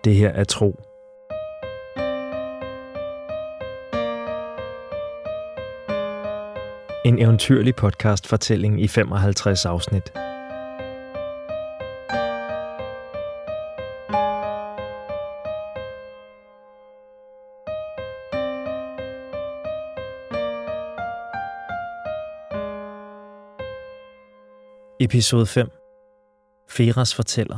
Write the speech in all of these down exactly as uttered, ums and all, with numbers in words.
Det her er Tro. En eventyrlig podcast-fortælling i femoghalvtreds afsnit. Episode fem. Feras fortæller.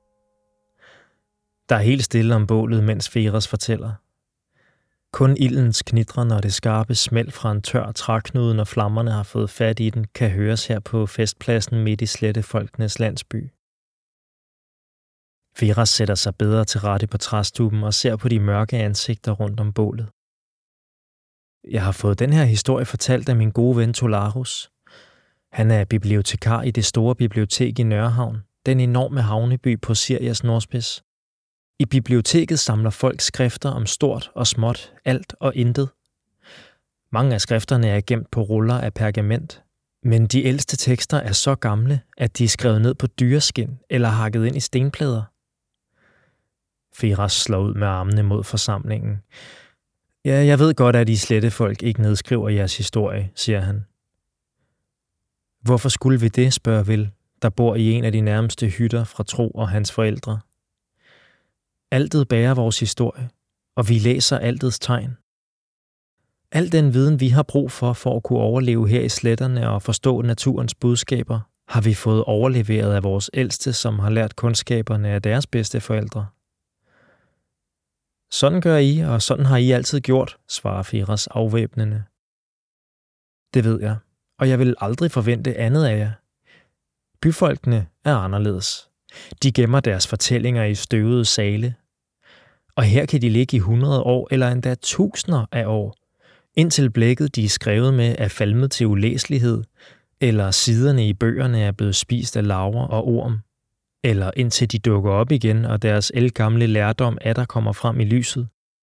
Der er helt stille om bålet, mens Feras fortæller. Kun ildens knitren og det skarpe smæld fra en tør træknude, når flammerne har fået fat i den, kan høres her på festpladsen midt i slettefolkenes landsby. Feras sætter sig bedre til rette på træstuben og ser på de mørke ansigter rundt om bålet. Jeg har fået den her historie fortalt af min gode ven Tolarus. Han er bibliotekar i det store bibliotek i Nørrehavn, den enorme havneby på Sirius nordspids. I biblioteket samler folk skrifter om stort og småt, alt og intet. Mange af skrifterne er gemt på ruller af pergament, men de ældste tekster er så gamle, at de er skrevet ned på dyreskin eller hakket ind i stenplader. Feras slår ud med armene mod forsamlingen. Ja, jeg ved godt, at I slettefolk ikke nedskriver jeres historie, siger han. Hvorfor skulle vi det, spørger Vil, der bor i en af de nærmeste hytter fra Tro og hans forældre. Altet bærer vores historie, og vi læser altets tegn. Al den viden, vi har brug for for at kunne overleve her i sletterne og forstå naturens budskaber, har vi fået overleveret af vores ældste, som har lært kundskaberne af deres bedste forældre. Sådan gør I, og sådan har I altid gjort, svarer Feras afvæbnende. Det ved jeg, og jeg vil aldrig forvente andet af jer. Byfolkene er anderledes. De gemmer deres fortællinger i støvede sale. Og her kan de ligge i hundrede år eller endda tusinder af år, indtil blækket, de er skrevet med, er falmet til ulæselighed, eller siderne i bøgerne er blevet spist af larver og orm, eller indtil de dukker op igen, og deres ældgamle lærdom atter kommer frem i lyset.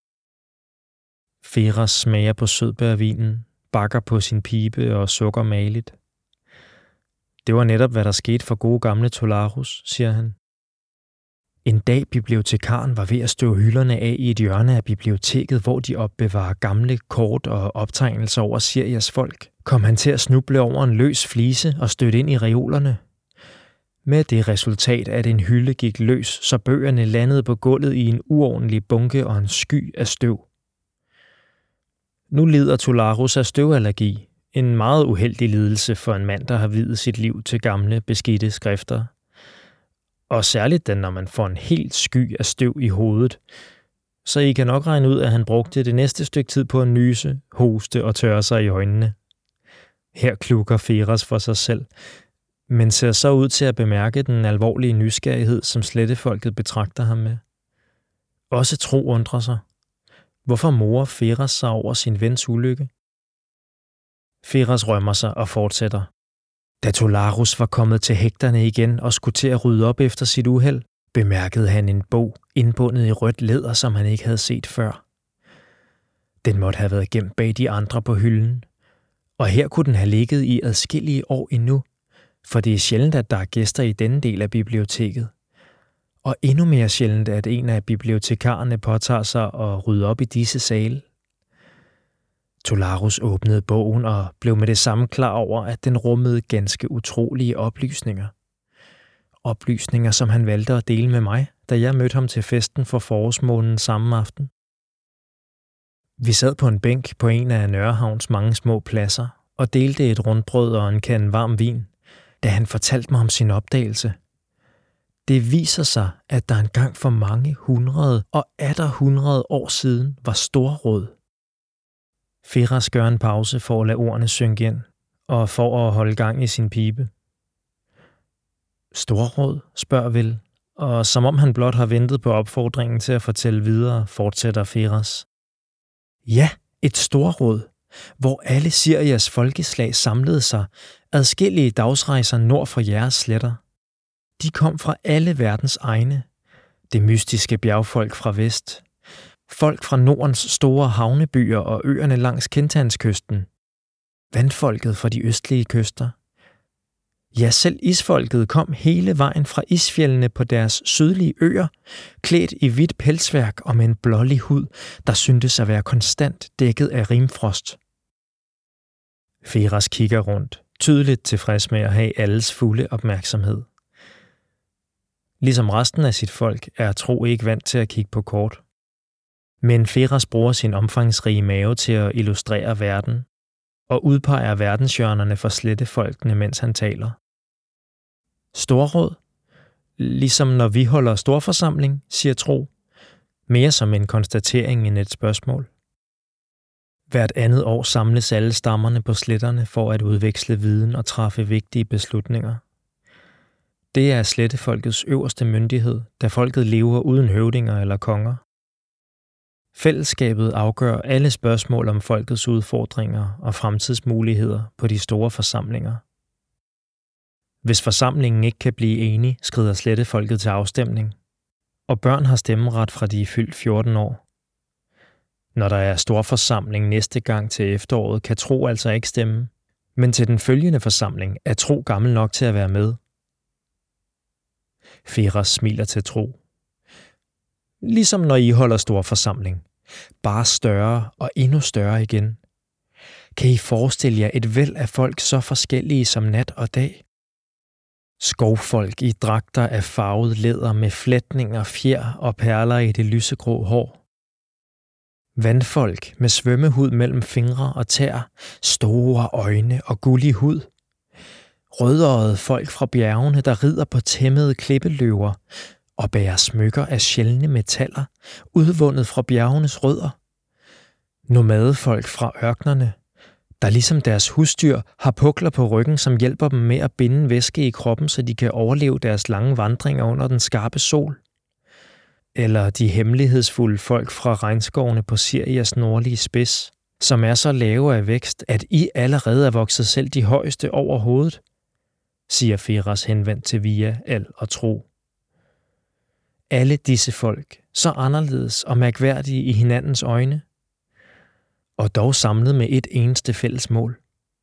Feras smager på sødbærvinen, bakker på sin pibe og sukker maligt. Det var netop, hvad der skete for gode gamle Tolarus, siger han. En dag bibliotekaren var ved at støve hylderne af i et hjørne af biblioteket, hvor de opbevarer gamle kort og optegnelser over Sirius folk, kom han til at snuble over en løs flise og stødte ind i reolerne. Med det resultat, at en hylde gik løs, så bøgerne landede på gulvet i en uordentlig bunke og en sky af støv. Nu lider Tolarus af støvallergi, en meget uheldig lidelse for en mand, der har viet sit liv til gamle, beskidte skrifter. Og særligt den, når man får en helt sky af støv i hovedet. Så I kan nok regne ud, at han brugte det næste stykke tid på at nyse, hoste og tørre sig i øjnene. Her klukker Feras for sig selv, men ser så ud til at bemærke den alvorlige nysgerrighed, som slettefolket betragter ham med. Også Tro undrer sig. Hvorfor morer Feras sig over sin vens ulykke? Feras rømmer sig og fortsætter. Da Tolarus var kommet til hægterne igen og skulle til at rydde op efter sit uheld, bemærkede han en bog indbundet i rødt læder, som han ikke havde set før. Den måtte have været gemt bag de andre på hylden, og her kunne den have ligget i adskillige år endnu, for det er sjældent, at der er gæster i denne del af biblioteket. Og endnu mere sjældent, at en af bibliotekarerne påtager sig at rydde op i disse sale. Tolarus åbnede bogen og blev med det samme klar over, at den rummede ganske utrolige oplysninger. Oplysninger, som han valgte at dele med mig, da jeg mødte ham til festen for forårsmånen samme aften. Vi sad på en bænk på en af Nørrehavns mange små pladser og delte et rundbrød og en kande varm vin, da han fortalte mig om sin opdagelse. Det viser sig, at der engang for mange hundrede og atter hundrede år siden var storråd. Feras gør en pause for at lade ordene synke ind, og for at holde gang i sin pibe. Storråd, spørger Vil, og som om han blot har ventet på opfordringen til at fortælle videre, fortsætter Feras. Ja, et storråd, hvor alle Sirius folkeslag samlede sig, adskillige dagsrejser nord for jeres sletter. De kom fra alle verdens egne, det mystiske bjergfolk fra vest, folk fra Nordens store havnebyer og øerne langs Kintanskysten, vandfolket fra de østlige kyster, Ja, selv isfolket kom hele vejen fra isfjeldene på deres sydlige øer, klædt i hvidt pelsværk og med en blålig hud, der syntes at være konstant dækket af rimfrost. Firas kigger rundt, tydeligt tilfreds med at have alles fulde opmærksomhed. Ligesom resten af sit folk er Tro ikke vant til at kigge på kort. Men Firas bruger sin omfangsrige mave til at illustrere verden og udpeger verdenshjørnerne for slettefolkene, mens han taler. Storråd? Ligesom når vi holder storforsamling, siger Tro. Mere som en konstatering end et spørgsmål. Hvert andet år samles alle stammerne på sletterne for at udveksle viden og træffe vigtige beslutninger. Det er slettefolkets øverste myndighed, da folket lever uden høvdinger eller konger. Fællesskabet afgør alle spørgsmål om folkets udfordringer og fremtidsmuligheder på de store forsamlinger. Hvis forsamlingen ikke kan blive enig, skrider slettefolket til afstemning, og børn har stemmeret fra de er fyldt fjorten år. Når der er storforsamling næste gang til efteråret, kan Tro altså ikke stemme, men til den følgende forsamling er Tro gammel nok til at være med. Firas smiler til Tro. Ligesom når I holder storforsamling, bare større og endnu større igen. Kan I forestille jer et væld af folk så forskellige som nat og dag? Skovfolk i dragter af farvet læder med flætninger, fjer og perler i det lysegrå hår. Vandfolk med svømmehud mellem fingre og tær, store øjne og gullig hud. Rødøjede folk fra bjergene, der rider på tæmmede klippeløver og bærer smykker af sjældne metaller, udvundet fra bjergenes rødder. Nomadefolk fra ørkenerne, der ligesom deres husdyr har pukler på ryggen, som hjælper dem med at binde væske i kroppen, så de kan overleve deres lange vandringer under den skarpe sol. Eller de hemmelighedsfulde folk fra regnskovene på Sirias nordlige spids, som er så lave af vækst, at I allerede er vokset selv de højeste over hovedet, siger Firas henvendt til Via, Al og Tro. Alle disse folk, så anderledes og mærkværdige i hinandens øjne, og dog samlet med et eneste fælles mål.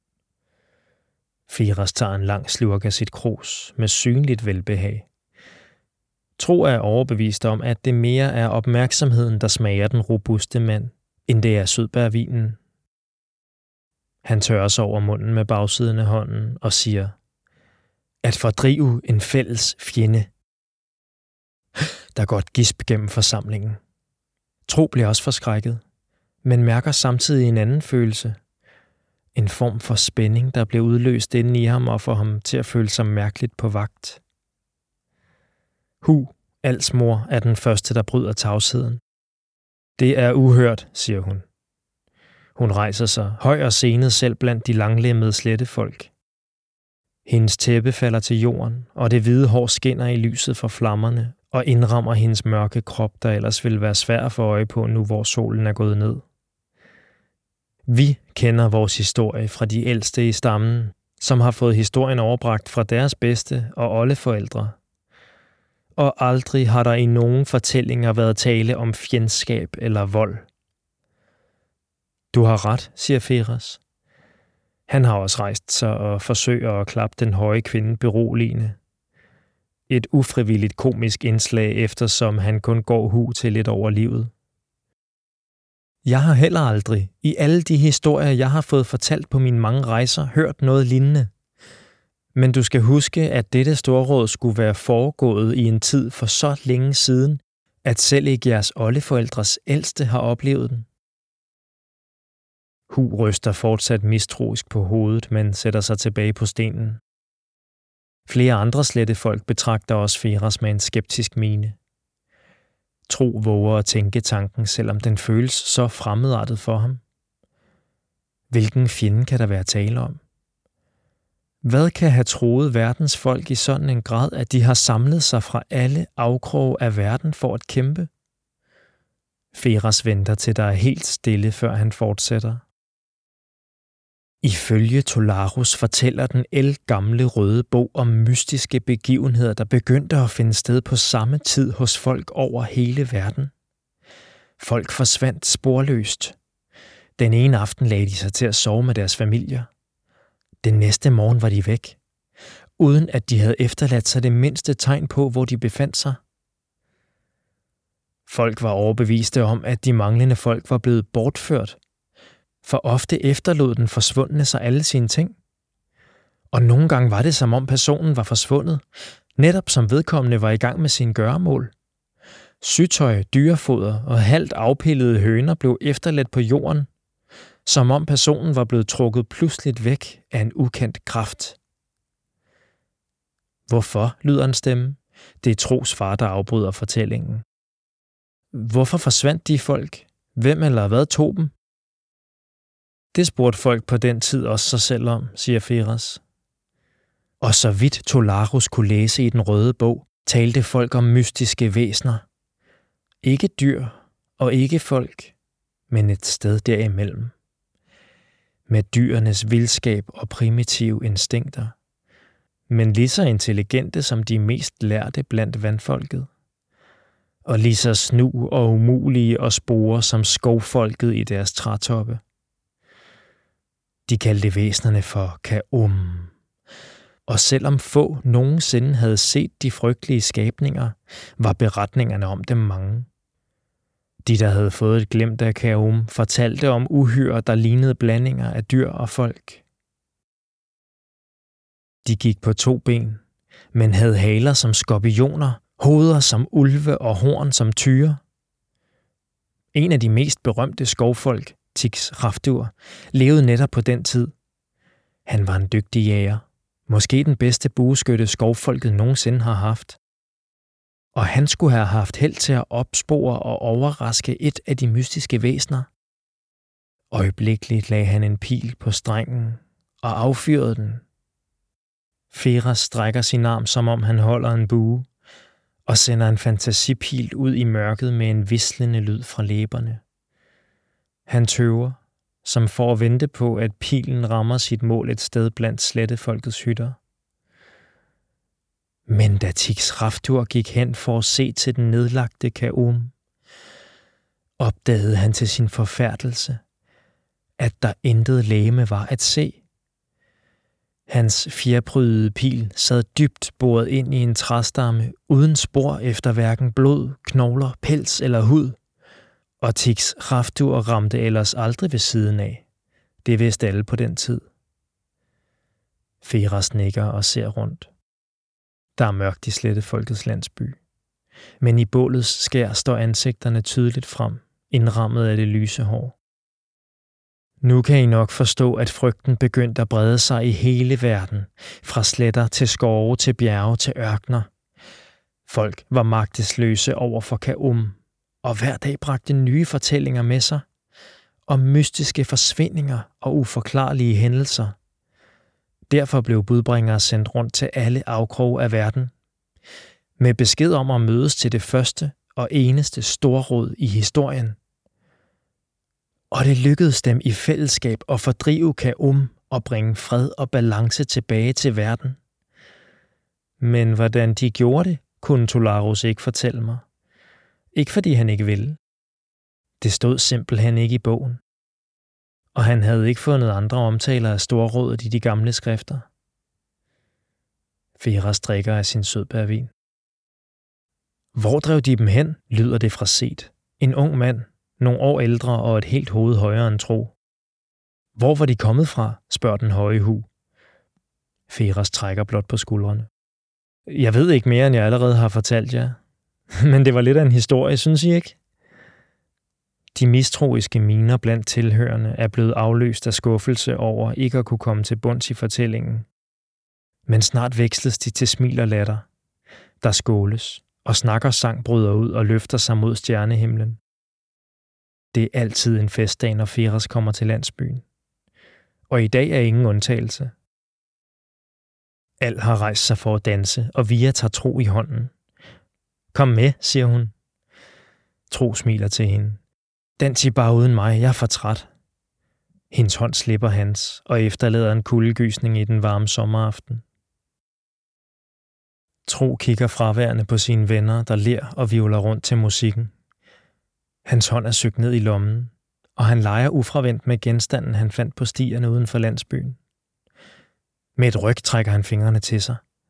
Firas tager en lang slurk af sit krus med synligt velbehag. Tro er overbevist om, at det mere er opmærksomheden, der smager den robuste mand, end det er sødbærvinen. Han tørrer sig over munden med bagsiden af hånden og siger, at fordrive en fælles fjende. Der går et gisp gennem forsamlingen. Tro bliver også forskrækket, men mærker samtidig en anden følelse. En form for spænding, der bliver udløst inden i ham og får ham til at føle sig mærkeligt på vagt. Hu, Als mor, er den første, der bryder tavsheden. Det er uhørt, siger hun. Hun rejser sig, høj og senet selv blandt de langlemmede slettefolk. Hendes tæppe falder til jorden, og det hvide hår skinner i lyset fra flammerne og indrammer hendes mørke krop, der ellers ville være svær at få øje på, nu hvor solen er gået ned. Vi kender vores historie fra de ældste i stammen, som har fået historien overbragt fra deres bedste og oldeforældre. Og aldrig har der i nogen fortællinger været tale om fjendskab eller vold. Du har ret, siger Firas. Han har også rejst sig og forsøger at klappe den høje kvinde beroligende. Et ufrivilligt komisk indslag, eftersom han kun går hu til lidt over livet. Jeg har heller aldrig, i alle de historier, jeg har fået fortalt på mine mange rejser, hørt noget lignende. Men du skal huske, at dette storråd skulle være foregået i en tid for så længe siden, at selv ikke jeres oldeforældres ældste har oplevet den. Hu ryster fortsat mistroisk på hovedet, men sætter sig tilbage på stenen. Flere andre slettefolk betragter også Firas med en skeptisk mine. Tro våger at tænke tanken, selvom den føles så fremmedartet for ham. Hvilken fjende kan der være tale om? Hvad kan have troet verdens folk i sådan en grad, at de har samlet sig fra alle afkroge af verden for at kæmpe? Firas venter til der er helt stille, før han fortsætter. Ifølge Tolarus fortæller den ældgamle røde bog om mystiske begivenheder, der begyndte at finde sted på samme tid hos folk over hele verden. Folk forsvandt sporløst. Den ene aften lagde de sig til at sove med deres familier. Den næste morgen var de væk. uden at de havde efterladt sig det mindste tegn på, hvor de befandt sig. Folk var overbeviste om, at de manglende folk var blevet bortført, for ofte efterlod den forsvundne sig alle sine ting. Og nogle gange var det, som om personen var forsvundet, netop som vedkommende var i gang med sin gøremål. Sygtøj, dyrefoder og halvt afpillede høner blev efterladt på jorden, som om personen var blevet trukket pludseligt væk af en ukendt kraft. Hvorfor, lyder en stemme. Det er Tros far, der afbryder fortællingen. Hvorfor forsvandt de folk? Hvem eller hvad tog dem? Det spurgte folk på den tid også sig selv om, siger Pheres. Og så vidt Tolarus kunne læse i den røde bog, talte folk om mystiske væsner. Ikke dyr og ikke folk, men et sted derimellem. Med dyrenes vildskab og primitive instinkter, men lige så intelligente som de mest lærte blandt vandfolket. Og lige så snu og umulige og spore som skovfolket i deres trætoppe. De kaldte væsnerne for Kaum. Og selvom få nogensinde havde set de frygtelige skabninger, var beretningerne om dem mange. De, der havde fået et glimt af Kaum, fortalte om uhyrer, der lignede blandinger af dyr og folk. De gik på to ben, men havde haler som skorpioner, hoveder som ulve og horn som tyre. En af de mest berømte skovfolk, Tiks-Raftur, levede netop på den tid. Han var en dygtig jæger, måske den bedste bueskytte skovfolket nogensinde har haft. Og han skulle have haft held til at opspore og overraske et af de mystiske væsner. Øjeblikkeligt lagde han en pil på strengen og affyrede den. Pheres strækker sin arm, som om han holder en bue, og sender en fantasipil ud i mørket med en hvislende lyd fra læberne. Han tøver, som for at vente på, at pilen rammer sit mål et sted blandt slettefolkets hytter. Men da Tiks-Raftur gik hen for at se til den nedlagte Kaum, opdagede han til sin forfærdelse, at der intet legeme var at se. Hans fjerprydede pil sad dybt boret ind i en træstamme, uden spor efter hverken blod, knogler, pels eller hud. Og Tiks-Raftur ramte ellers aldrig ved siden af. Det vidste alle på den tid. Pheres nikker og ser rundt. Der er mørkt i slettefolkets landsby. Men i bålets skær står ansigterne tydeligt frem, indrammet af det lyse hår. Nu kan I nok forstå, at frygten begyndte at brede sig i hele verden, fra sletter til skove til bjerge til ørkner. Folk var magtesløse over for Kaum, og hver dag bragte nye fortællinger med sig om mystiske forsvindinger og uforklarlige hændelser. Derfor blev budbringere sendt rundt til alle afkroge af verden, med besked om at mødes til det første og eneste storråd i historien. Og det lykkedes dem i fællesskab at fordrive Kaum og bringe fred og balance tilbage til verden. Men hvordan de gjorde det, kunne Tolarus ikke fortælle mig. Ikke fordi han ikke ville. Det stod simpelthen ikke i bogen. Og han havde ikke fundet andre omtaler af storrådet i de gamle skrifter. Pheres drikker af sin sødbærvin. Hvor drev de dem hen, lyder det fra Set. En ung mand, nogle år ældre og et helt hoved højere end Tro. Hvor var de kommet fra, spørger den høje hu. Pheres trækker blot på skuldrene. Jeg ved ikke mere, end jeg allerede har fortalt jer. Men det var lidt af en historie, synes I ikke? De mistroiske miner blandt tilhørende er blevet afløst af skuffelse over ikke at kunne komme til bunds i fortællingen. Men snart veksles de til smil og latter. Der skåles, og snak og sang bryder ud og løfter sig mod stjernehimlen. Det er altid en festdag, når Pheres kommer til landsbyen. Og i dag er ingen undtagelse. Al har rejst sig for at danse, og Via tager Tro i hånden. Kom med, siger hun. Tro smiler til hende. Dans I bare uden mig, jeg er for træt. Hendes hånd slipper hans, og efterlader en kuldegysning i den varme sommeraften. Tro kigger fraværende på sine venner, der ler og vivler rundt til musikken. Hans hånd er søgt ned i lommen, og han leger ufravendt med genstanden, han fandt på stierne uden for landsbyen. Med et ryg trækker han fingrene til sig,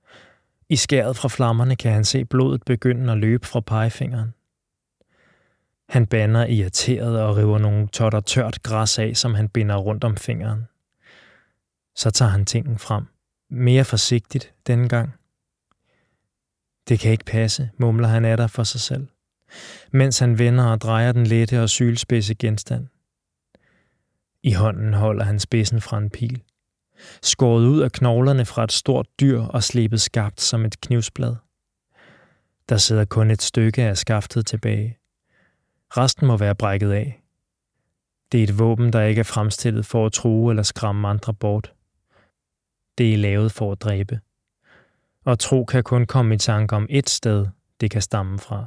I skæret fra flammerne kan han se blodet begynde at løbe fra pegefingeren. Han bander irriteret og river nogle totter tørt græs af, som han binder rundt om fingeren. Så tager han tingen frem. Mere forsigtigt denne gang. Det kan ikke passe, mumler han atter for sig selv, mens han vender og drejer den lette og sylspidse genstand. I hånden holder han spidsen fra en pil, skåret ud af knoglerne fra et stort dyr og slebet skarpt som et knivsblad. Der sidder kun et stykke af skaftet tilbage. Resten må være brækket af. Det er et våben, der ikke er fremstillet for at true eller skræmme andre bort. Det er lavet for at dræbe. Og tro kan kun komme i tanke om ét sted, det kan stamme fra.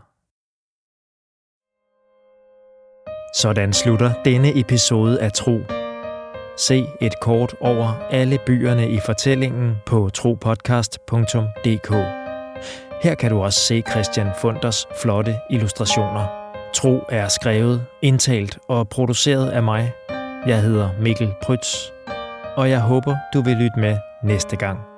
Sådan slutter denne episode af Tro. Se et kort over alle byerne i fortællingen på tropodcast punktum d k. Her kan du også se Christian Funders flotte illustrationer. Tro er skrevet, indtalt og produceret af mig. Jeg hedder Mikkel Prytz, og jeg håber, du vil lytte med næste gang.